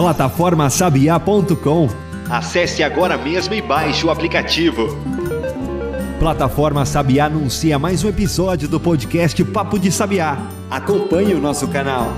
Plataformasabiá.com. Acesse agora mesmo e baixe o aplicativo. Plataforma Sabiá anuncia mais um episódio do podcast Papo de Sabiá. Acompanhe o nosso canal.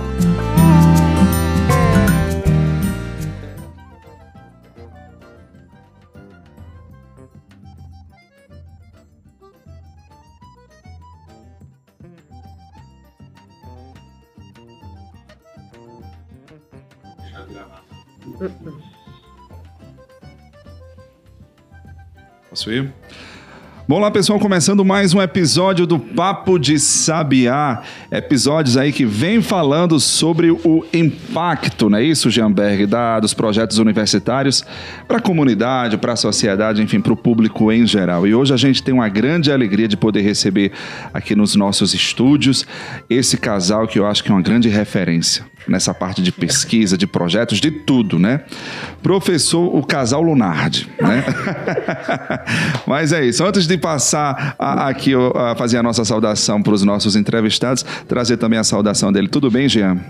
Posso ir? Bom lá, pessoal, começando mais um episódio do Papo de Sabiá. Episódios aí que vem falando sobre o impacto, não é isso, Jeanberg, dos projetos universitários para a comunidade, para a sociedade, enfim, para o público em geral. E hoje a gente tem uma grande alegria de poder receber aqui nos nossos estúdios esse casal que eu acho que é uma grande referência nessa parte de pesquisa, de projetos, de tudo, né? O casal Lunardi, né? Mas é isso. Antes de passar aqui a fazer a nossa saudação para os nossos entrevistados, trazer também a saudação dele. Tudo bem, Jean?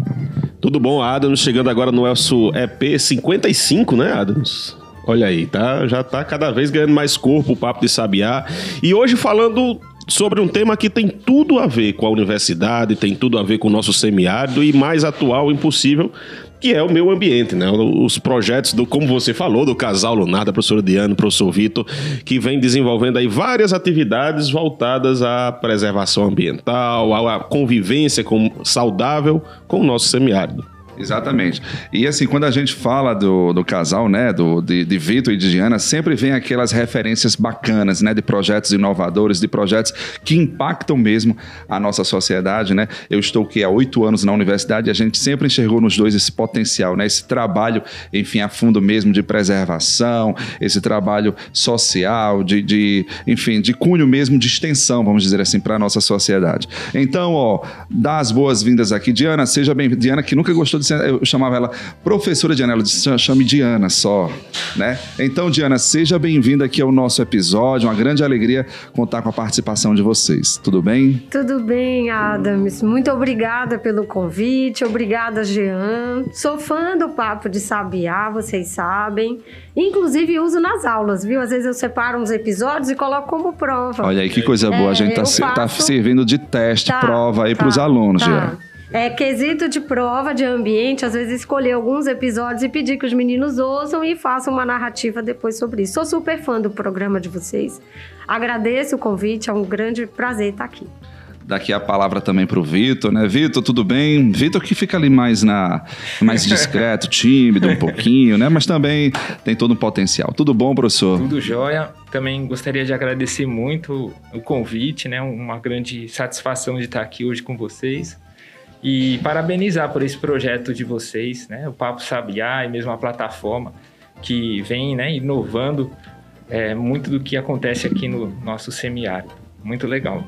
Tudo bom, Adams? Chegando agora no nosso EP 55, né, Adams? Olha aí, tá? Já tá cada vez ganhando mais corpo o Papo de Sabiá. E hoje falando sobre um tema que tem tudo a ver com a universidade, tem tudo a ver com o nosso semiárido e mais atual impossível, que é o meio ambiente, né? Os projetos, como você falou, do casal Lunar, da professora Diana, professor Vitor, que vem desenvolvendo aí várias atividades voltadas à preservação ambiental, à convivência saudável com o nosso semiárido. Exatamente. E assim, quando a gente fala do casal, né, de Vitor e de Diana, sempre vem aquelas referências bacanas, né, de projetos inovadores, de projetos que impactam mesmo a nossa sociedade, né? Eu estou aqui há 8 anos na universidade e a gente sempre enxergou nos dois esse potencial, né, esse trabalho, enfim, a fundo mesmo de preservação, esse trabalho social, enfim, de cunho mesmo de extensão, vamos dizer assim, para a nossa sociedade. Então, dá as boas-vindas aqui. Diana, seja bem-vinda. Diana, que nunca gostou de eu chamava ela professora Diana, ela disse, chame Diana só, né? Então, Diana, seja bem-vinda aqui ao nosso episódio, uma grande alegria contar com a participação de vocês, tudo bem? Tudo bem, Adams, muito obrigada pelo convite, obrigada, Jean, sou fã do Papo de Sabiá, vocês sabem, inclusive uso nas aulas, viu? Às vezes eu separo uns episódios e coloco como prova. Olha aí que coisa boa, a gente tá servindo de teste, prova aí para os alunos, Jean. É quesito de prova de ambiente, às vezes escolher alguns episódios e pedir que os meninos ouçam e façam uma narrativa depois sobre isso. Sou super fã do programa de vocês. Agradeço o convite, é um grande prazer estar aqui. Daqui a palavra também para o Vitor, né? Vitor, tudo bem? Vitor que fica ali mais discreto, tímido um pouquinho, né? Mas também tem todo um potencial. Tudo bom, professor? Tudo jóia. Também gostaria de agradecer muito o convite, né? Uma grande satisfação de estar aqui hoje com vocês. E parabenizar por esse projeto de vocês, né? O Papo Sabiá e mesmo a plataforma que vem, né, inovando muito do que acontece aqui no nosso semiárido. Muito legal.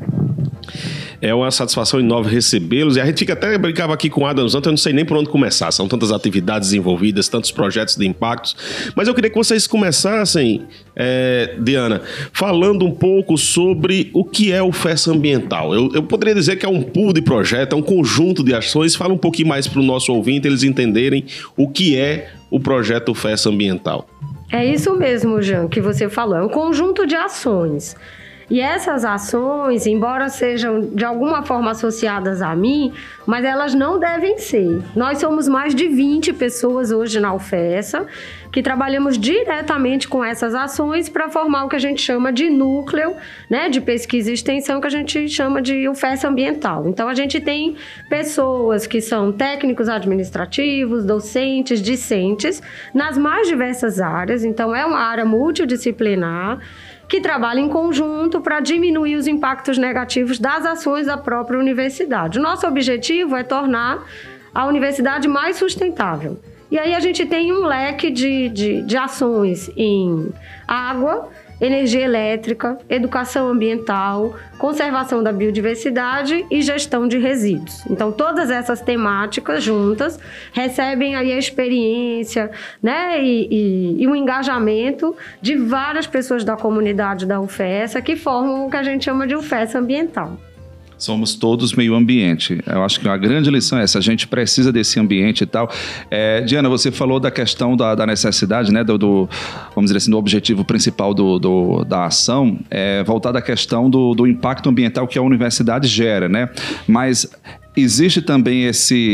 É uma satisfação enorme recebê-los. E a gente até brincava aqui com o Adams ontem, eu não sei nem por onde começar. São tantas atividades envolvidas, tantos projetos de impactos. Mas eu queria que vocês começassem, Diana, falando um pouco sobre o que é o FES Ambiental. Eu poderia dizer que é um pool de projeto, é um conjunto de ações. Fala um pouquinho mais para o nosso ouvinte, eles entenderem o que é o projeto FES Ambiental. É isso mesmo, Jean, que você falou. É um conjunto de ações. E essas ações, embora sejam de alguma forma associadas a mim, mas elas não devem ser. Nós somos mais de 20 pessoas hoje na UFESA que trabalhamos diretamente com essas ações para formar o que a gente chama de núcleo, né, de pesquisa e extensão, que a gente chama de UFESA Ambiental. Então, a gente tem pessoas que são técnicos administrativos, docentes, discentes, nas mais diversas áreas. Então, é uma área multidisciplinar que trabalha em conjunto para diminuir os impactos negativos das ações da própria universidade. O nosso objetivo é tornar a universidade mais sustentável. E aí a gente tem um leque de ações em água, energia elétrica, educação ambiental, conservação da biodiversidade e gestão de resíduos. Então, todas essas temáticas juntas recebem aí a experiência, né, e o engajamento de várias pessoas da comunidade da UFESA que formam o que a gente chama de UFESA Ambiental. Somos todos meio ambiente. Eu acho que a grande lição é essa, a gente precisa desse ambiente e tal. Diana, você falou da questão da necessidade, né, vamos dizer assim, do objetivo principal da ação, voltada à questão do impacto ambiental que a universidade gera, né? Mas existe também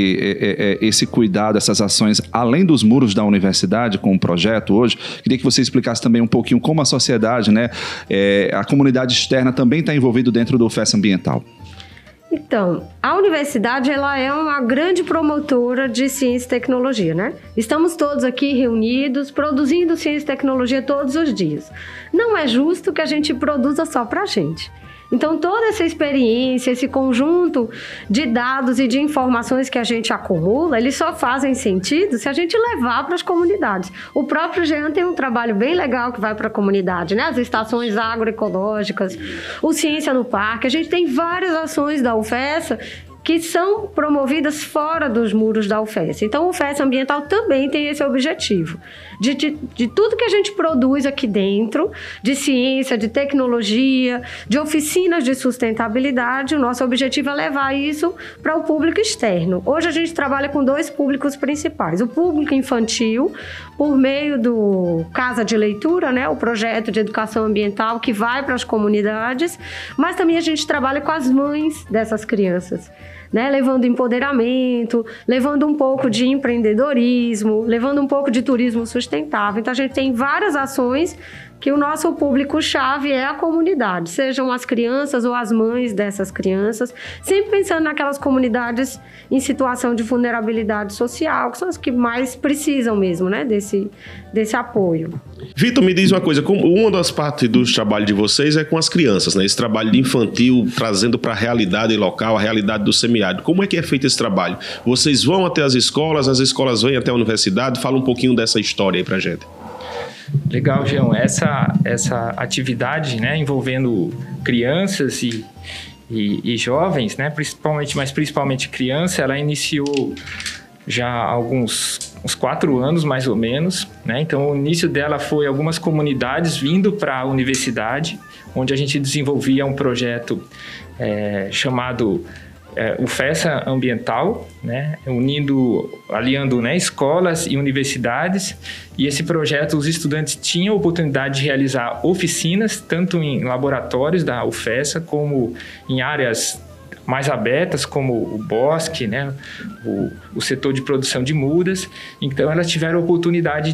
esse cuidado, essas ações, além dos muros da universidade, com o projeto hoje. Queria que você explicasse também um pouquinho como a sociedade, né, a comunidade externa também está envolvida dentro do FES Ambiental. Então, a universidade ela é uma grande promotora de ciência e tecnologia, né? Estamos todos aqui reunidos, produzindo ciência e tecnologia todos os dias. Não é justo que a gente produza só para a gente. Então, toda essa experiência, esse conjunto de dados e de informações que a gente acumula, eles só fazem sentido se a gente levar para as comunidades. O próprio Jean tem um trabalho bem legal que vai para a comunidade, né? As estações agroecológicas, o Ciência no Parque. A gente tem várias ações da UFES que são promovidas fora dos muros da UFES. Então, o FES Ambiental também tem esse objetivo, de tudo que a gente produz aqui dentro, de ciência, de tecnologia, de oficinas de sustentabilidade, o nosso objetivo é levar isso para o público externo. Hoje a gente trabalha com 2 públicos principais. O público infantil, por meio do Casa de Leitura, né, o projeto de educação ambiental que vai para as comunidades, mas também a gente trabalha com as mães dessas crianças, né, levando empoderamento, levando um pouco de empreendedorismo, levando um pouco de turismo sustentável. Então, a gente tem várias ações que o nosso público-chave é a comunidade, sejam as crianças ou as mães dessas crianças, sempre pensando naquelas comunidades em situação de vulnerabilidade social, que são as que mais precisam mesmo, né, desse apoio. Vitor, me diz uma coisa, como uma das partes do trabalho de vocês é com as crianças, né? Esse trabalho de infantil, trazendo para a realidade local, a realidade do semiárido. Como é que é feito esse trabalho? Vocês vão até as escolas vêm até a universidade? Fala um pouquinho dessa história aí pra gente. Legal, Jean. Essa atividade, né, envolvendo crianças e jovens, né, principalmente criança, ela iniciou já há uns 4 anos, mais ou menos, né? Então, o início dela foi algumas comunidades vindo para a universidade, onde a gente desenvolvia um projeto chamado o FES Ambiental, né, aliando, né, escolas e universidades, e esse projeto os estudantes tinham a oportunidade de realizar oficinas, tanto em laboratórios da UFES, como em áreas mais abertas, como o bosque, né, o setor de produção de mudas. Então, elas tiveram a oportunidade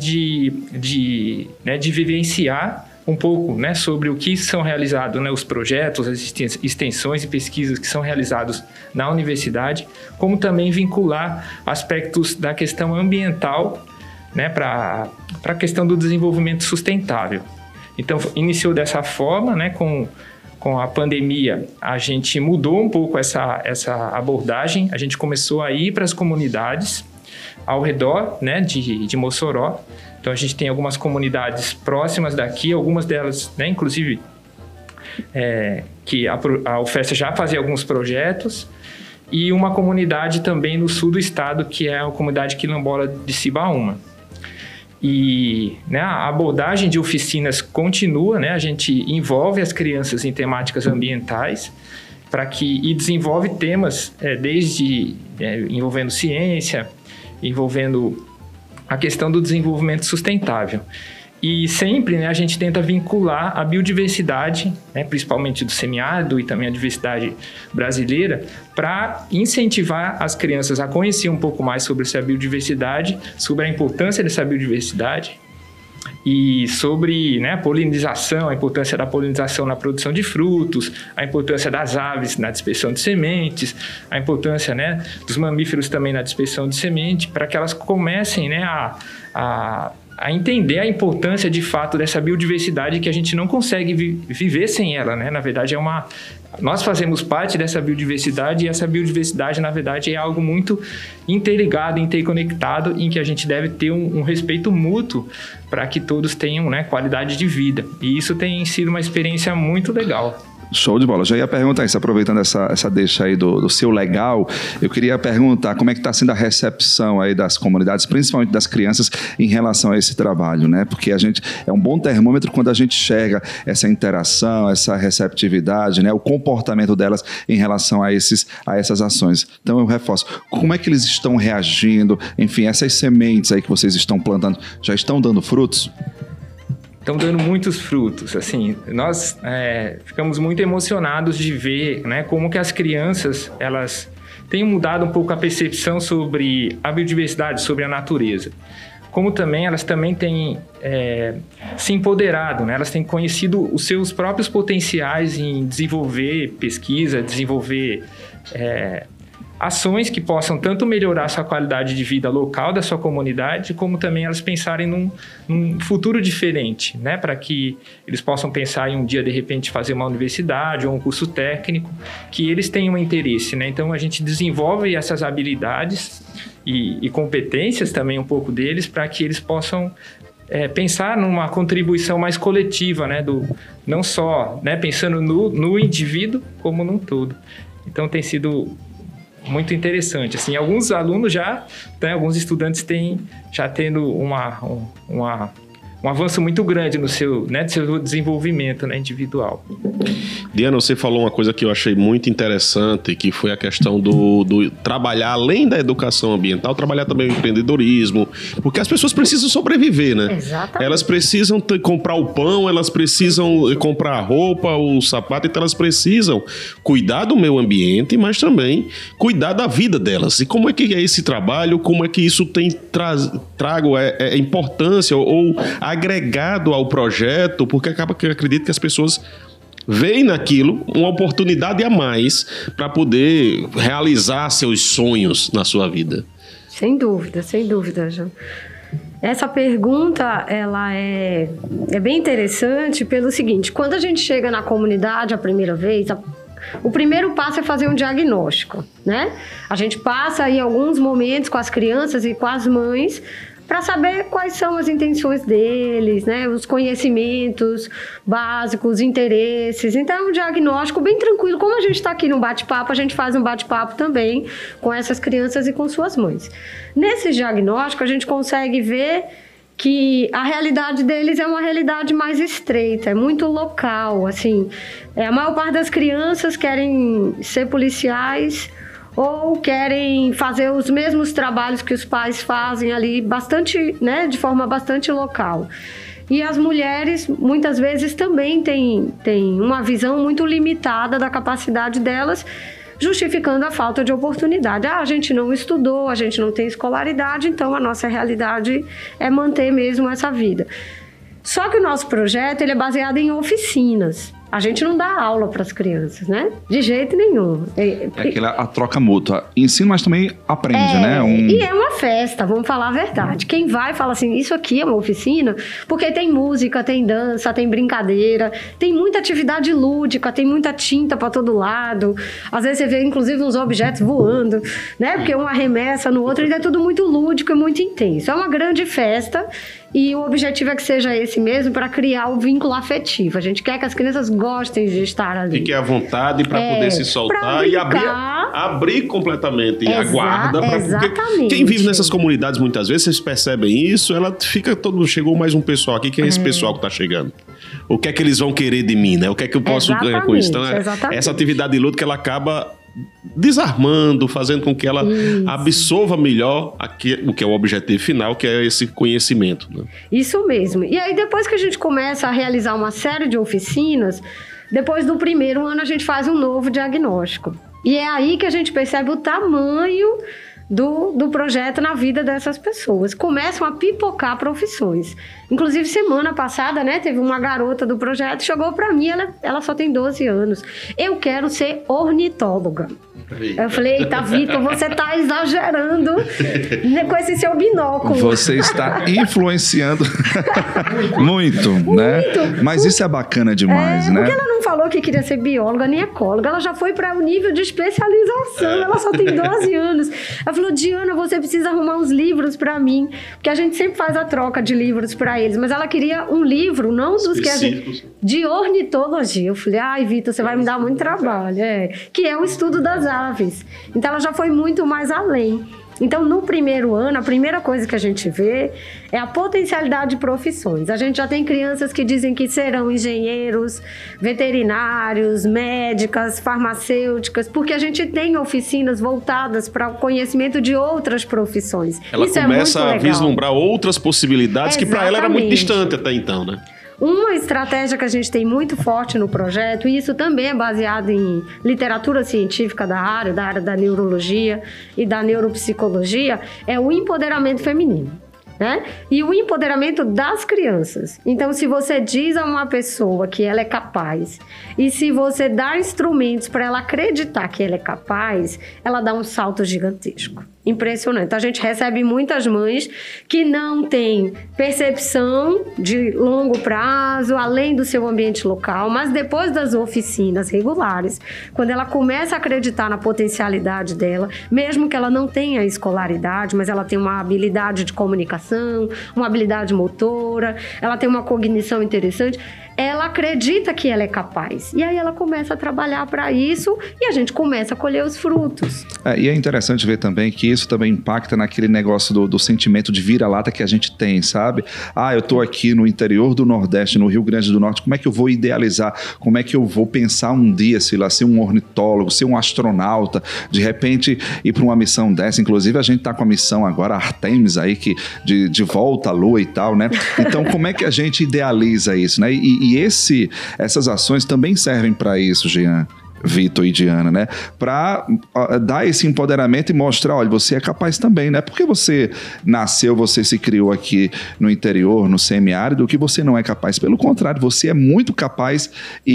de vivenciar um pouco, né, sobre o que são realizados, né, os projetos, as extensões e pesquisas que são realizados na universidade, como também vincular aspectos da questão ambiental, né, para a questão do desenvolvimento sustentável. Então, iniciou dessa forma, né, com a pandemia, a gente mudou um pouco essa abordagem, a gente começou a ir para as comunidades ao redor, né, de Mossoró. Então, a gente tem algumas comunidades próximas daqui, algumas delas, né, inclusive, que a UFES já fazia alguns projetos, e uma comunidade também no sul do estado, que é a comunidade quilombola de Cibaúma. E, né, a abordagem de oficinas continua, né, a gente envolve as crianças em temáticas ambientais e desenvolve temas desde envolvendo ciência, envolvendo a questão do desenvolvimento sustentável. E sempre, né, a gente tenta vincular a biodiversidade, né, principalmente do semiárido e também a diversidade brasileira, para incentivar as crianças a conhecer um pouco mais sobre essa biodiversidade, sobre a importância dessa biodiversidade e sobre, né, a polinização, a importância da polinização na produção de frutos, a importância das aves na dispersão de sementes, a importância, né, dos mamíferos também na dispersão de semente, para que elas comecem, né, a entender a importância de fato dessa biodiversidade, que a gente não consegue viver sem ela, né? Na verdade, nós fazemos parte dessa biodiversidade, e essa biodiversidade, na verdade, é algo muito interligado, interconectado, em que a gente deve ter um respeito mútuo para que todos tenham, né, qualidade de vida. E isso tem sido uma experiência muito legal. Show de bola. Já ia perguntar isso, aproveitando essa deixa aí do seu legal, eu queria perguntar como é que está sendo a recepção aí das comunidades, principalmente das crianças, em relação a esse trabalho, né? Porque a gente é um bom termômetro quando a gente enxerga essa interação, essa receptividade, né? O comportamento delas em relação a essas ações. Então eu reforço, como é que eles estão reagindo? Enfim, essas sementes aí que vocês estão plantando, já estão dando frutos? Estão dando muitos frutos, assim, nós ficamos muito emocionados de ver, né, como que as crianças, elas têm mudado um pouco a percepção sobre a biodiversidade, sobre a natureza. Como também, elas também têm se empoderado, né, elas têm conhecido os seus próprios potenciais em desenvolver pesquisa, desenvolver ações que possam tanto melhorar a sua qualidade de vida local da sua comunidade, como também elas pensarem num futuro diferente, né? Para que eles possam pensar em um dia, de repente, fazer uma universidade ou um curso técnico, que eles tenham interesse, né? Então, a gente desenvolve essas habilidades e competências também um pouco deles, para que eles possam pensar numa contribuição mais coletiva, né? Não só, né, pensando no indivíduo, como num todo. Então, tem sido muito interessante. Assim, alguns alunos alguns estudantes têm já tendo um avanço muito grande no seu desenvolvimento, né, individual. Diana, você falou uma coisa que eu achei muito interessante, que foi a questão do trabalhar, além da educação ambiental, trabalhar também o empreendedorismo, porque as pessoas precisam sobreviver, né? Exatamente. Elas precisam comprar o pão, elas precisam comprar a roupa, o sapato, então elas precisam cuidar do meio ambiente, mas também cuidar da vida delas. E como é que é esse trabalho, como é que isso tem trago importância ou agregado ao projeto, porque acaba que eu acredito que as pessoas veem naquilo uma oportunidade a mais para poder realizar seus sonhos na sua vida. Sem dúvida, João. Essa pergunta, ela é bem interessante pelo seguinte: quando a gente chega na comunidade a primeira vez, o primeiro passo é fazer um diagnóstico, né? A gente passa aí alguns momentos com as crianças e com as mães para saber quais são as intenções deles, né? Os conhecimentos básicos, os interesses. Então, é um diagnóstico bem tranquilo. Como a gente está aqui no bate-papo, a gente faz um bate-papo também com essas crianças e com suas mães. Nesse diagnóstico, a gente consegue ver que a realidade deles é uma realidade mais estreita, é muito local, assim. A maior parte das crianças querem ser policiais ou querem fazer os mesmos trabalhos que os pais fazem ali, bastante, né, de forma bastante local. E as mulheres, muitas vezes, também têm uma visão muito limitada da capacidade delas, justificando a falta de oportunidade. A gente não estudou, a gente não tem escolaridade, então a nossa realidade é manter mesmo essa vida. Só que o nosso projeto ele é baseado em oficinas. A gente não dá aula para as crianças, né? De jeito nenhum. É a troca mútua. Ensina, mas também aprende, né? E é uma festa, vamos falar a verdade. Quem vai fala assim, isso aqui é uma oficina, porque tem música, tem dança, tem brincadeira, tem muita atividade lúdica, tem muita tinta para todo lado. Às vezes você vê, inclusive, uns objetos voando, né? Porque um arremessa no outro, e é tudo muito lúdico e muito intenso. É uma grande festa. E o objetivo é que seja esse mesmo, para criar o vínculo afetivo. A gente quer que as crianças gostem de estar ali. Fiquem à vontade para poder se soltar e abrir completamente a guarda. Porque quem vive nessas comunidades, muitas vezes, vocês percebem isso, ela fica chegou mais um pessoal aqui, que é esse pessoal que está chegando. O que é que eles vão querer de mim, né? O que é que eu posso ganhar com isso? Então, essa atividade lúdica, ela acaba desarmando, fazendo com que ela absorva melhor o que é o objetivo final, que é esse conhecimento, né? Isso mesmo. E aí, depois que a gente começa a realizar uma série de oficinas, depois do primeiro ano a gente faz um novo diagnóstico. E é aí que a gente percebe o tamanho do projeto na vida dessas pessoas. Começam a pipocar profissões. Inclusive, semana passada, né, teve uma garota do projeto, chegou para mim, ela só tem 12 anos. Eu quero ser ornitóloga. Eu falei, eita, Vitor, você tá exagerando com esse seu binóculo. Você está influenciando muito, né? Mas isso é bacana demais, né? Porque ela não falou que queria ser bióloga nem ecóloga, ela já foi para o nível de especialização, ela só tem 12 anos. Eu falou, Diana, você precisa arrumar uns livros para mim, porque a gente sempre faz a troca de livros para eles, mas ela queria um livro, não dos que a gente... de ornitologia. Eu falei, ai, Vitor, você vai me dar muito trabalho. Que é o estudo das aves. Então, ela já foi muito mais além. Então, no primeiro ano, a primeira coisa que a gente vê é a potencialidade de profissões. A gente já tem crianças que dizem que serão engenheiros, veterinários, médicas, farmacêuticas, porque a gente tem oficinas voltadas para o conhecimento de outras profissões. Ela Isso começa é muito a legal. vislumbrar outras possibilidades que para ela era muito distante até então, né? Uma estratégia que a gente tem muito forte no projeto, e isso também é baseado em literatura científica da área da neurologia e da neuropsicologia, é o empoderamento feminino, né? E o empoderamento das crianças. Então, se você diz a uma pessoa que ela é capaz, e se você dá instrumentos para ela acreditar que ela é capaz, ela dá um salto gigantesco. Impressionante. A gente recebe muitas mães que não têm percepção de longo prazo, além do seu ambiente local, mas depois das oficinas regulares, quando ela começa a acreditar na potencialidade dela, mesmo que ela não tenha escolaridade, mas ela tem uma habilidade de comunicação, uma habilidade motora, ela tem uma cognição interessante, ela acredita que ela é capaz. E aí ela começa a trabalhar para isso e a gente começa a colher os frutos. E é interessante ver também que isso também impacta naquele negócio do sentimento de vira-lata que a gente tem, sabe? Eu tô aqui no interior do Nordeste, no Rio Grande do Norte, como é que eu vou idealizar? Como é que eu vou pensar um dia, sei lá, ser um ornitólogo, ser um astronauta, de repente ir para uma missão dessa? Inclusive a gente tá com a missão agora, Artemis aí, que de volta à Lua e tal, né? Então como é que a gente idealiza isso, né? E essas ações também servem para isso, Jean, Vitor e Diana, né? Para dar esse empoderamento e mostrar, olha, você é capaz também, né? Porque você nasceu, você se criou aqui no interior, no semiárido, que você não é capaz. Pelo contrário, você é muito capaz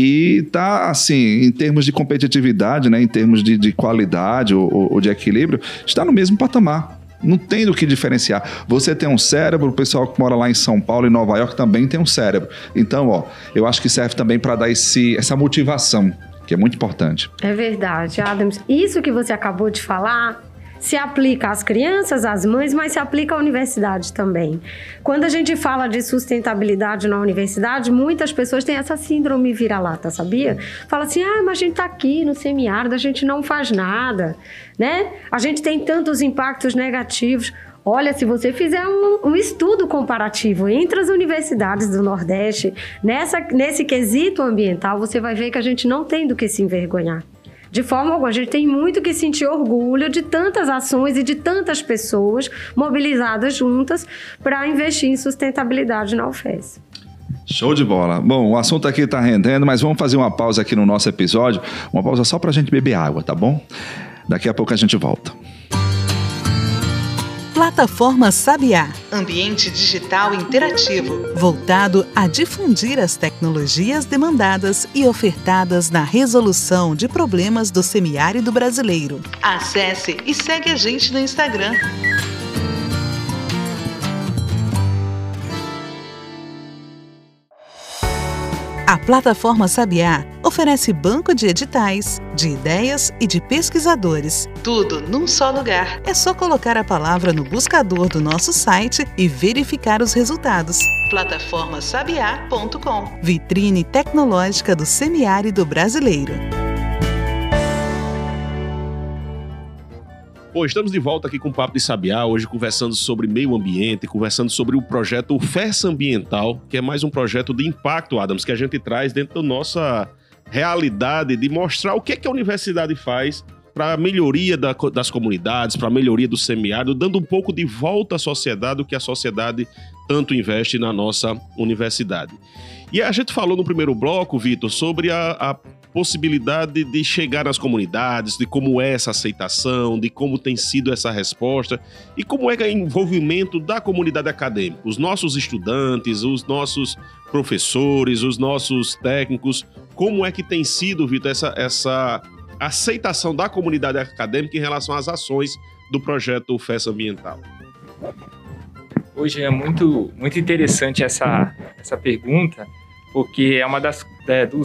e tá, assim, em termos de competitividade, né? Em termos de qualidade ou de equilíbrio, está no mesmo patamar. Não tem do que diferenciar. Você tem um cérebro, o pessoal que mora lá em São Paulo e Nova York também tem um cérebro. Então, eu acho que serve também para dar essa motivação, que é muito importante. É verdade, Adams. Isso que você acabou de falar se aplica às crianças, às mães, mas se aplica à universidade também. Quando a gente fala de sustentabilidade na universidade, muitas pessoas têm essa síndrome vira-lata, sabia? Fala assim, mas a gente está aqui no semiárido, a gente não faz nada, né? A gente tem tantos impactos negativos. Olha, se você fizer um estudo comparativo entre as universidades do Nordeste, nesse quesito ambiental, você vai ver que a gente não tem do que se envergonhar. De forma alguma, a gente tem muito que sentir orgulho de tantas ações e de tantas pessoas mobilizadas juntas para investir em sustentabilidade na UFES. Show de bola. Bom, o assunto aqui está rendendo, mas vamos fazer uma pausa aqui no nosso episódio, uma pausa só para a gente beber água, tá bom? Daqui a pouco a gente volta. Plataforma Sabiá. Ambiente digital interativo. Voltado a difundir as tecnologias demandadas e ofertadas na resolução de problemas do semiárido brasileiro. Acesse e segue a gente no Instagram. A Plataforma Sabiá oferece banco de editais, de ideias e de pesquisadores. Tudo num só lugar. É só colocar a palavra no buscador do nosso site e verificar os resultados. Plataformasabiá.com. Vitrine tecnológica do semiárido brasileiro. Bom, estamos de volta aqui com o Papo de Sabiá, hoje conversando sobre meio ambiente, conversando sobre o projeto UFES Ambiental, que é mais um projeto de impacto, Adams, que a gente traz dentro da nossa realidade de mostrar o que é que a universidade faz para a melhoria das comunidades, para a melhoria do semiárido, dando um pouco de volta à sociedade, o que a sociedade tanto investe na nossa universidade. E a gente falou no primeiro bloco, Vitor, sobre a possibilidade de chegar nas comunidades, de como é essa aceitação, de como tem sido essa resposta e como é que é o envolvimento da comunidade acadêmica, os nossos estudantes, os nossos professores, os nossos técnicos, como é que tem sido, Vitor, essa aceitação da comunidade acadêmica em relação às ações do projeto UFES Ambiental. Hoje é muito interessante essa pergunta, porque é uma das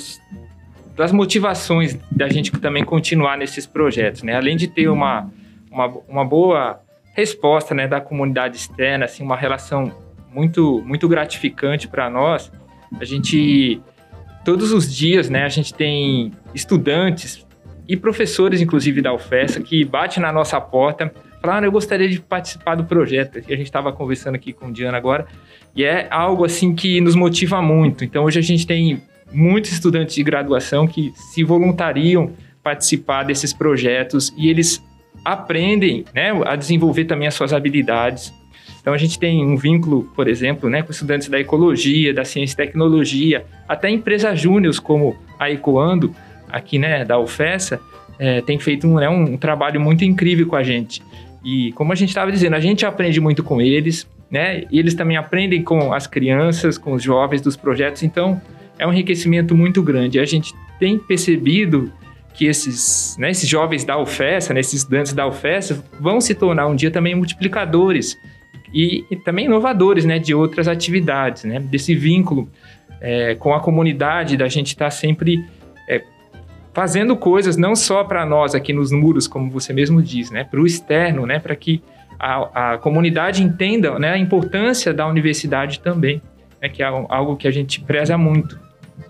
motivações da gente também continuar nesses projetos, né? Além de ter uma uma boa resposta, né, da comunidade externa, assim, uma relação muito, muito gratificante para nós. A gente, todos os dias, né, a gente tem estudantes e professores, inclusive, da UFESA, que batem na nossa porta, falam, eu gostaria de participar do projeto. E a gente estava conversando aqui com o Diana agora, e é algo, assim, que nos motiva muito. Então, hoje a gente tem muitos estudantes de graduação que se voluntariam participar desses projetos e eles aprendem, né, a desenvolver também as suas habilidades. Então, a gente tem um vínculo, por exemplo, né, com estudantes da ecologia, da ciência e tecnologia, até empresas júniores como a Ecoando, aqui, né, da UFESA, tem feito um trabalho muito incrível com a gente. E, como a gente estava dizendo, a gente aprende muito com eles, né, e eles também aprendem com as crianças, com os jovens dos projetos. Então, é um enriquecimento muito grande. A gente tem percebido que esses jovens da UFESA, né, esses estudantes da UFESA, vão se tornar um dia também multiplicadores e também inovadores, né, de outras atividades, né, desse vínculo com a comunidade, da gente estar sempre fazendo coisas não só para nós aqui nos muros, como você mesmo diz, né, para o externo, né, para que a comunidade entenda, né, a importância da universidade também, né, que é algo que a gente preza muito.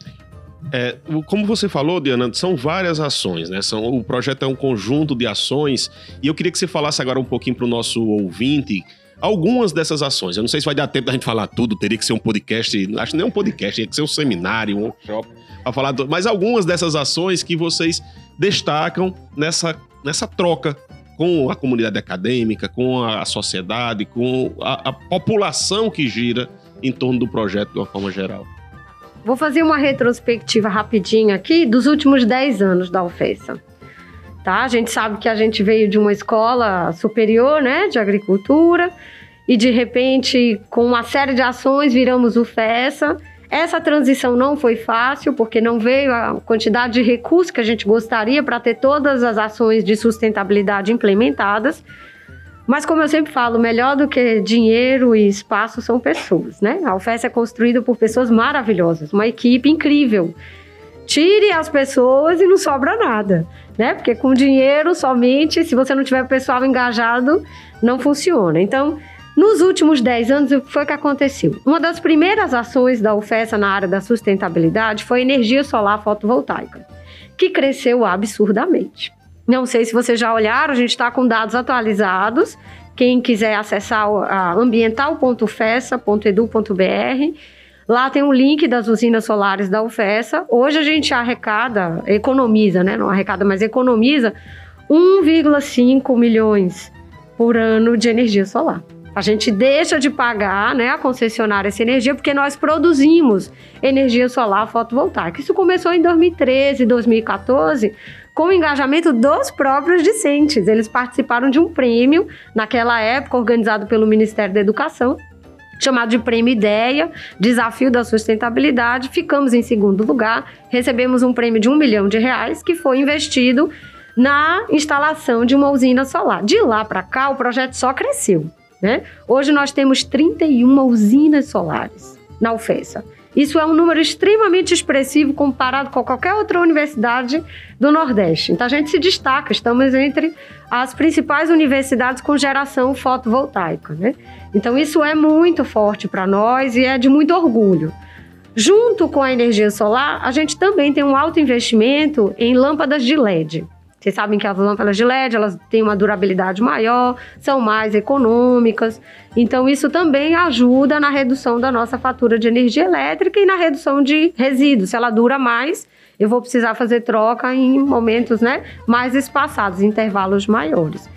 Como você falou, Diana, são várias ações, né? O projeto é um conjunto de ações e eu queria que você falasse agora um pouquinho para o nosso ouvinte algumas dessas ações. Eu não sei se vai dar tempo da gente falar tudo, teria que ser um podcast, acho que nem um podcast, teria que ser um seminário, um workshop, para falar, mas algumas dessas ações que vocês destacam nessa troca com a comunidade acadêmica, com a sociedade, com a população que gira em torno do projeto de uma forma geral. Vou fazer uma retrospectiva rapidinho aqui dos últimos 10 anos da UFESA. Tá? A gente sabe que a gente veio de uma escola superior, né, de agricultura, e de repente, com uma série de ações, viramos UFESA. Essa transição não foi fácil, porque não veio a quantidade de recursos que a gente gostaria para ter todas as ações de sustentabilidade implementadas. Mas, como eu sempre falo, melhor do que dinheiro e espaço são pessoas, né? A UFESA é construída por pessoas maravilhosas, uma equipe incrível. Tire as pessoas e não sobra nada, né? Porque com dinheiro somente, se você não tiver pessoal engajado, não funciona. Então, nos últimos 10 anos, o que foi que aconteceu? Uma das primeiras ações da UFESA na área da sustentabilidade foi a energia solar fotovoltaica, que cresceu absurdamente. Não sei se vocês já olharam, a gente está com dados atualizados. Quem quiser acessar a ambiental.ufesa.edu.br, lá tem um link das usinas solares da UFESA. Hoje a gente economiza, né? Não arrecada, mas economiza 1,5 milhões por ano de energia solar. A gente deixa de pagar, né, a concessionária essa energia porque nós produzimos energia solar fotovoltaica. Isso começou em 2013, 2014, com o engajamento dos próprios discentes. Eles participaram de um prêmio, naquela época, organizado pelo Ministério da Educação, chamado de Prêmio Ideia, Desafio da Sustentabilidade. Ficamos em segundo lugar, recebemos um prêmio de R$1 milhão, que foi investido na instalação de uma usina solar. De lá para cá, o projeto só cresceu, né? Hoje nós temos 31 usinas solares na UFESA. Isso é um número extremamente expressivo comparado com qualquer outra universidade do Nordeste. Então, a gente se destaca, estamos entre as principais universidades com geração fotovoltaica, né? Então, isso é muito forte para nós e é de muito orgulho. Junto com a energia solar, a gente também tem um alto investimento em lâmpadas de LED. Vocês sabem que as lâmpadas de LED, elas têm uma durabilidade maior, são mais econômicas. Então, isso também ajuda na redução da nossa fatura de energia elétrica e na redução de resíduos. Se ela dura mais, eu vou precisar fazer troca em momentos, né, mais espaçados, intervalos maiores.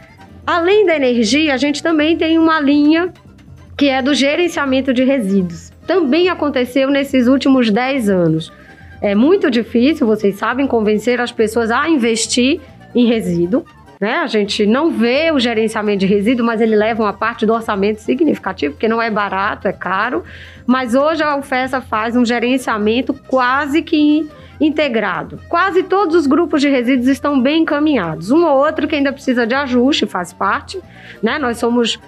Além da energia, a gente também tem uma linha que é do gerenciamento de resíduos. Também aconteceu nesses últimos 10 anos. É muito difícil, vocês sabem, convencer as pessoas a investir em resíduo, né? A gente não vê o gerenciamento de resíduo, mas ele leva uma parte do orçamento significativo, porque não é barato, é caro. Mas hoje a UFESA faz um gerenciamento quase que integrado. Quase todos os grupos de resíduos estão bem encaminhados. Um ou outro que ainda precisa de ajuste, faz parte, né? Nós somos,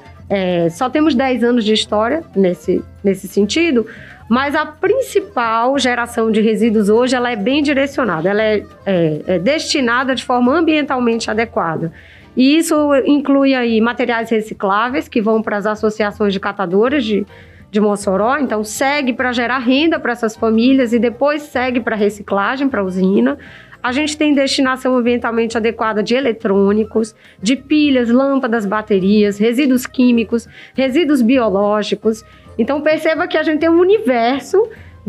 só temos 10 anos de história nesse sentido, mas a principal geração de resíduos hoje, ela é bem direcionada, ela é destinada de forma ambientalmente adequada. E isso inclui aí materiais recicláveis que vão para as associações de catadores de Mossoró, então segue para gerar renda para essas famílias e depois segue para reciclagem, para a usina. A gente tem destinação ambientalmente adequada de eletrônicos, de pilhas, lâmpadas, baterias, resíduos químicos, resíduos biológicos. Então perceba que a gente tem um universo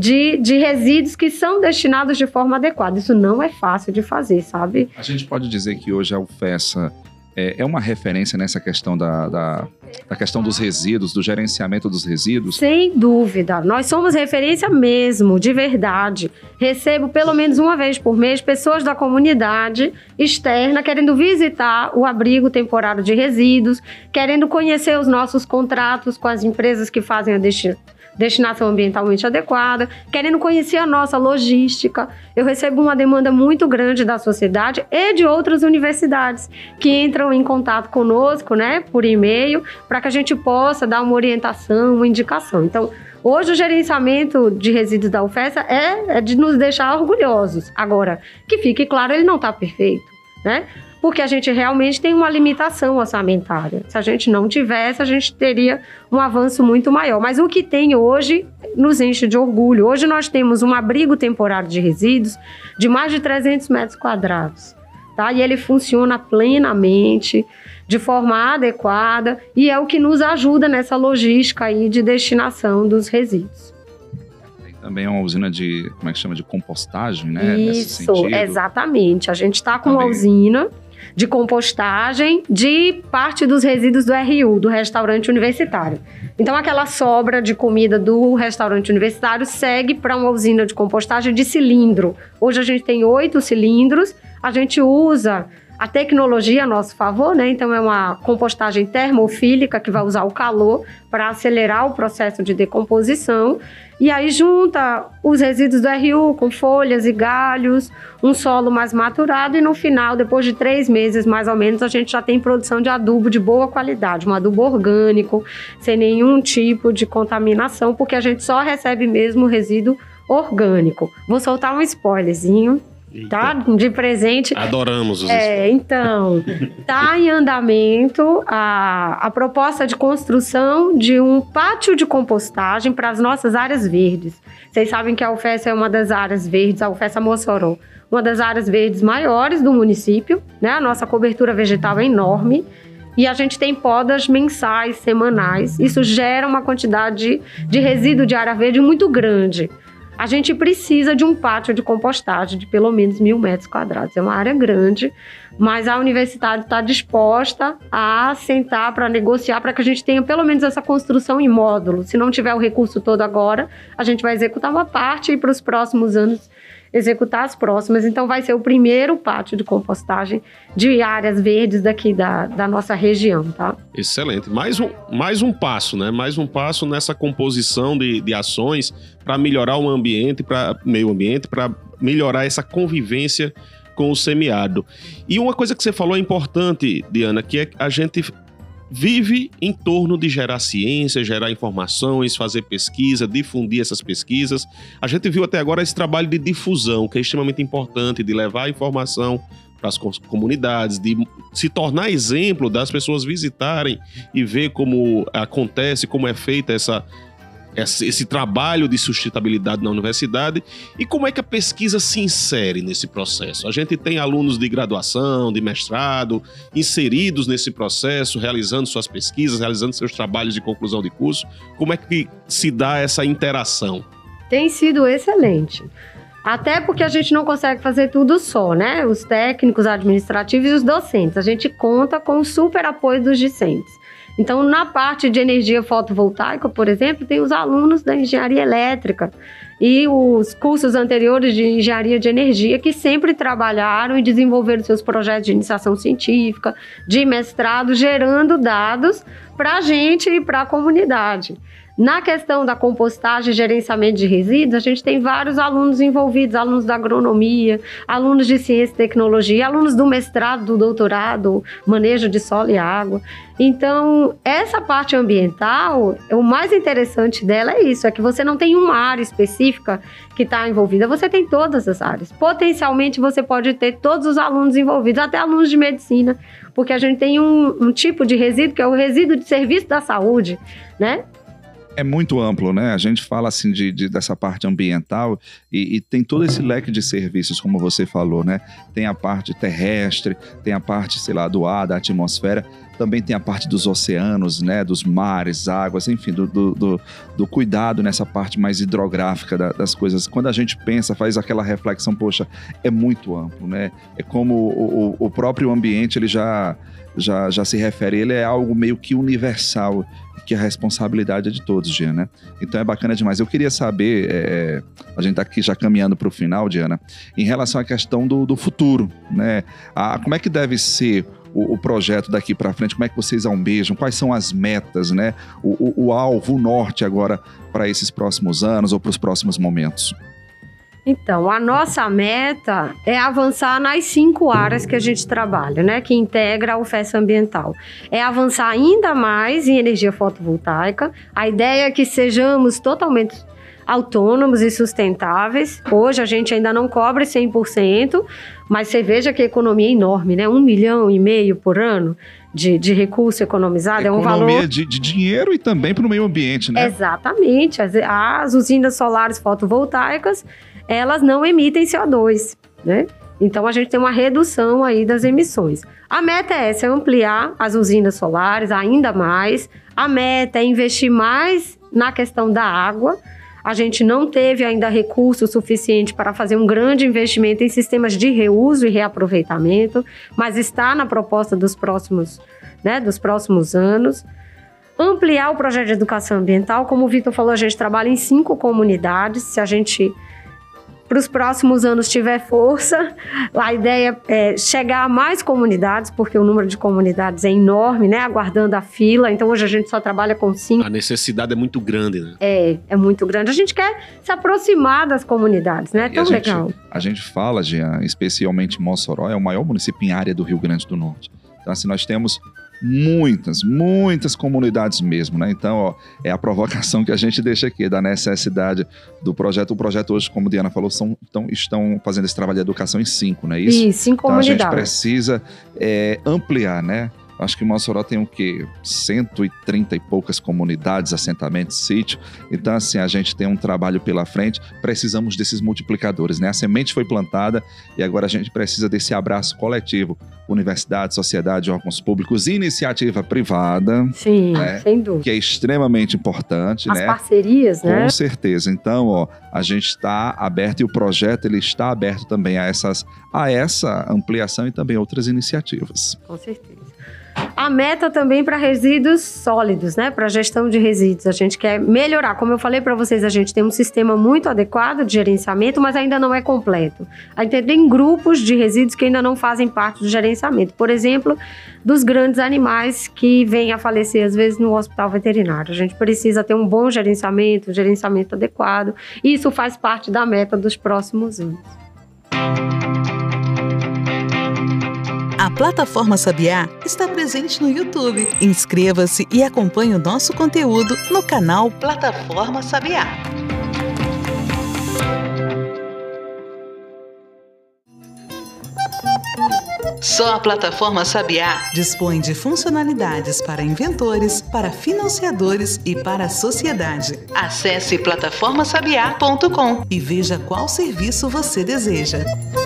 de resíduos que são destinados de forma adequada. Isso não é fácil de fazer, sabe? A gente pode dizer que hoje a UFESA é uma referência nessa questão da questão dos resíduos, do gerenciamento dos resíduos? Sem dúvida. Nós somos referência mesmo, de verdade. Recebo pelo menos uma vez por mês pessoas da comunidade externa querendo visitar o abrigo temporário de resíduos, querendo conhecer os nossos contratos com as empresas que fazem a destinação ambientalmente adequada, querendo conhecer a nossa logística. Eu recebo uma demanda muito grande da sociedade e de outras universidades que entram em contato conosco, né, por e-mail, para que a gente possa dar uma orientação, uma indicação. Então, hoje o gerenciamento de resíduos da UFESA é de nos deixar orgulhosos. Agora, que fique claro, ele não está perfeito, né? Porque a gente realmente tem uma limitação orçamentária. Se a gente não tivesse, a gente teria um avanço muito maior. Mas o que tem hoje nos enche de orgulho. Hoje nós temos um abrigo temporário de resíduos de mais de 300 metros quadrados. Tá? E ele funciona plenamente, de forma adequada, e é o que nos ajuda nessa logística aí de destinação dos resíduos. Também é uma usina de, como é que chama, de compostagem, né? Isso, exatamente. A gente está com uma usina de compostagem de parte dos resíduos do RU, do restaurante universitário. Então, aquela sobra de comida do restaurante universitário segue para uma usina de compostagem de cilindro. Hoje a gente tem 8 cilindros, a gente usa a tecnologia a nosso favor, né? Então, é uma compostagem termofílica que vai usar o calor para acelerar o processo de decomposição. E aí junta os resíduos do RU com folhas e galhos, um solo mais maturado e no final, depois de 3 meses mais ou menos, a gente já tem produção de adubo de boa qualidade, um adubo orgânico, sem nenhum tipo de contaminação, porque a gente só recebe mesmo o resíduo orgânico. Vou soltar um spoilerzinho. Tá? De presente. Adoramos os spoilers. Então, tá em andamento a proposta de construção de um pátio de compostagem para as nossas áreas verdes. Vocês sabem que a UFESA é uma das áreas verdes, a UFESA Mossoró, uma das áreas verdes maiores do município, né? A nossa cobertura vegetal é enorme e a gente tem podas mensais, semanais. Isso gera uma quantidade de resíduo de área verde muito grande. A gente precisa de um pátio de compostagem de pelo menos 1.000 metros quadrados. É uma área grande, mas a universidade está disposta a sentar para negociar para que a gente tenha pelo menos essa construção em módulo. Se não tiver o recurso todo agora, a gente vai executar uma parte e para os próximos anos executar as próximas. Então vai ser o primeiro pátio de compostagem de áreas verdes daqui da nossa região, tá? Excelente. Mais um passo, né? Mais um passo nessa composição de ações para melhorar o ambiente, para meio ambiente, para melhorar essa convivência com o semiárido. E uma coisa que você falou é importante, Diana, que é a gente vive em torno de gerar ciência, gerar informações, fazer pesquisa, difundir essas pesquisas. A gente viu até agora esse trabalho de difusão, que é extremamente importante, de levar a informação para as comunidades, de se tornar exemplo das pessoas visitarem e ver como acontece, como é feita esse trabalho de sustentabilidade na universidade e como é que a pesquisa se insere nesse processo. A gente tem alunos de graduação, de mestrado, inseridos nesse processo, realizando suas pesquisas, realizando seus trabalhos de conclusão de curso. Como é que se dá essa interação? Tem sido excelente. Até porque a gente não consegue fazer tudo só, né? Os técnicos administrativos e os docentes. A gente conta com o super apoio dos discentes. Então, na parte de energia fotovoltaica, por exemplo, tem os alunos da engenharia elétrica e os cursos anteriores de engenharia de energia que sempre trabalharam e desenvolveram seus projetos de iniciação científica, de mestrado, gerando dados para a gente e para a comunidade. Na questão da compostagem e gerenciamento de resíduos, a gente tem vários alunos envolvidos, alunos da agronomia, alunos de ciência e tecnologia, alunos do mestrado, do doutorado, manejo de solo e água. Então, essa parte ambiental, o mais interessante dela é isso, é que você não tem uma área específica que está envolvida, você tem todas as áreas. Potencialmente, você pode ter todos os alunos envolvidos, até alunos de medicina, porque a gente tem um tipo de resíduo, que é o resíduo de serviço da saúde, né? É muito amplo, né? A gente fala assim dessa parte ambiental e tem todo esse leque de serviços, como você falou, né? Tem a parte terrestre, tem a parte, sei lá, do ar, da atmosfera, também tem a parte dos oceanos, né? Dos mares, águas, enfim, do cuidado nessa parte mais hidrográfica das coisas. Quando a gente pensa, faz aquela reflexão, poxa, é muito amplo, né? É como o próprio ambiente, ele já se refere, ele é algo meio que universal, que a responsabilidade é de todos, Diana, né? Então é bacana demais. Eu queria saber, a gente está aqui já caminhando para o final, Diana, em relação à questão do futuro, né? Como é que deve ser o projeto daqui para frente? Como é que vocês almejam? Quais são as metas, né? O alvo, o norte agora para esses próximos anos ou para os próximos momentos? Então, a nossa meta é avançar nas 5 áreas que a gente trabalha, né? Que integra a oferta ambiental. É avançar ainda mais em energia fotovoltaica. A ideia é que sejamos totalmente autônomos e sustentáveis. Hoje a gente ainda não cobre 100%, mas você veja que a economia é enorme, né? 1,5 milhão por ano de recurso economizado. É um valor... Economia de dinheiro e também para o meio ambiente, né? Exatamente. As usinas solares fotovoltaicas, elas não emitem CO2, né? Então, a gente tem uma redução aí das emissões. A meta é essa, é ampliar as usinas solares ainda mais. A meta é investir mais na questão da água. A gente não teve ainda recurso suficiente para fazer um grande investimento em sistemas de reuso e reaproveitamento, mas está na proposta dos próximos anos. Ampliar o projeto de educação ambiental. Como o Vitor falou, a gente trabalha em 5 comunidades. Se a gente, para os próximos anos, tiver força, a ideia é chegar a mais comunidades, porque o número de comunidades é enorme, né? Aguardando a fila. Então, hoje a gente só trabalha com 5. A necessidade é muito grande, né? É muito grande. A gente quer se aproximar das comunidades, né? É tão legal. A gente fala, Jean, especialmente Mossoró, é o maior município em área do Rio Grande do Norte. Então, assim, nós temos muitas comunidades mesmo, né? Então, ó, é a provocação que a gente deixa aqui, da necessidade do projeto. O projeto hoje, como a Diana falou, estão fazendo esse trabalho de educação em 5, não é isso? Isso, 5 comunidades. Então, a gente precisa ampliar, né? Acho que Mossoró tem o quê? 130 e poucas comunidades, assentamentos, sítio. Então, assim, a gente tem um trabalho pela frente. Precisamos desses multiplicadores, né? A semente foi plantada e agora a gente precisa desse abraço coletivo. Universidade, sociedade, órgãos públicos, iniciativa privada. Sim, né? Sem dúvida. Que é extremamente importante, As né? parcerias, né? Com certeza. Então, ó, a gente está aberto e o projeto ele está aberto também a essa ampliação e também outras iniciativas. Com certeza. A meta também para resíduos sólidos, né? Para gestão de resíduos. A gente quer melhorar. Como eu falei para vocês, a gente tem um sistema muito adequado de gerenciamento, mas ainda não é completo. A gente tem grupos de resíduos que ainda não fazem parte do gerenciamento. Por exemplo, dos grandes animais que vêm a falecer, às vezes, no hospital veterinário. A gente precisa ter um bom gerenciamento, um gerenciamento adequado. E isso faz parte da meta dos próximos anos. A plataforma Sabiá está presente no YouTube. Inscreva-se e acompanhe o nosso conteúdo no canal Plataforma Sabiá. Só a plataforma Sabiá dispõe de funcionalidades para inventores, para financiadores e para a sociedade. Acesse plataformasabiá.com e veja qual serviço você deseja.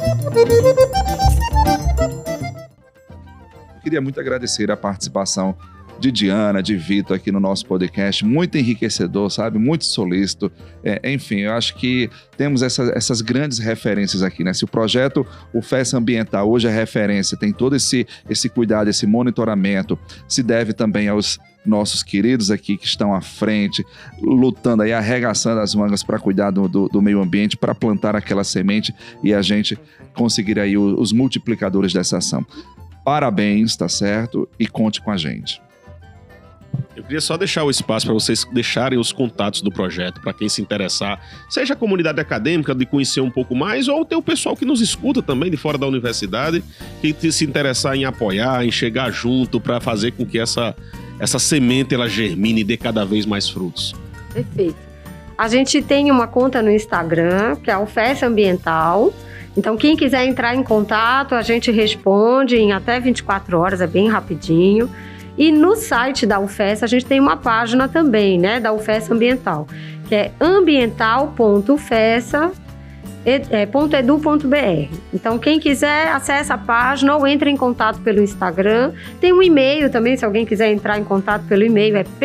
Queria muito agradecer a participação de Diana, de Vitor aqui no nosso podcast, muito enriquecedor, sabe? Muito solícito. Enfim, eu acho que temos essas grandes referências aqui, né? Se o projeto, o FES Ambiental, hoje é referência, tem todo esse cuidado, esse monitoramento, se deve também aos nossos queridos aqui que estão à frente, lutando aí, arregaçando as mangas para cuidar do meio ambiente, para plantar aquela semente e a gente conseguir aí os multiplicadores dessa ação. Parabéns, tá certo? E conte com a gente. Eu queria só deixar o espaço para vocês deixarem os contatos do projeto, para quem se interessar, seja a comunidade acadêmica, de conhecer um pouco mais, ou tem o pessoal que nos escuta também, de fora da universidade, que se interessar em apoiar, em chegar junto, para fazer com que essa semente ela germine e dê cada vez mais frutos. Perfeito. A gente tem uma conta no Instagram, que é a UFES Ambiental. Então, quem quiser entrar em contato, a gente responde em até 24 horas, é bem rapidinho. E no site da UFES, a gente tem uma página também, né, da UFES Ambiental, que é ambiental.ufesa.edu.br. Então, quem quiser, acessa a página ou entre em contato pelo Instagram. Tem um e-mail também, se alguém quiser entrar em contato pelo e-mail, é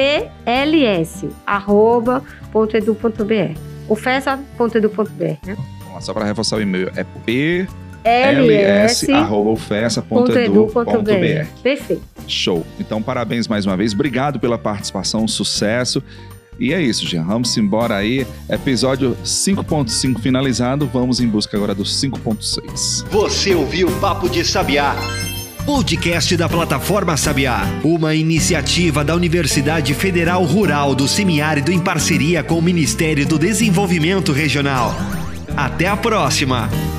pls@edu.br. ufesa.edu.br, né? Só para reforçar o e-mail, é pls@ufesa.edu.br. Perfeito. Show. Então, parabéns mais uma vez. Obrigado pela participação, sucesso. E é isso, Jean. Vamos embora aí. Episódio 5.5 finalizado. Vamos em busca agora do 5.6. Você ouviu Papo de Sabiá. Podcast da Plataforma Sabiá, uma iniciativa da Universidade Federal Rural do Semiárido em parceria com o Ministério do Desenvolvimento Regional. Até a próxima!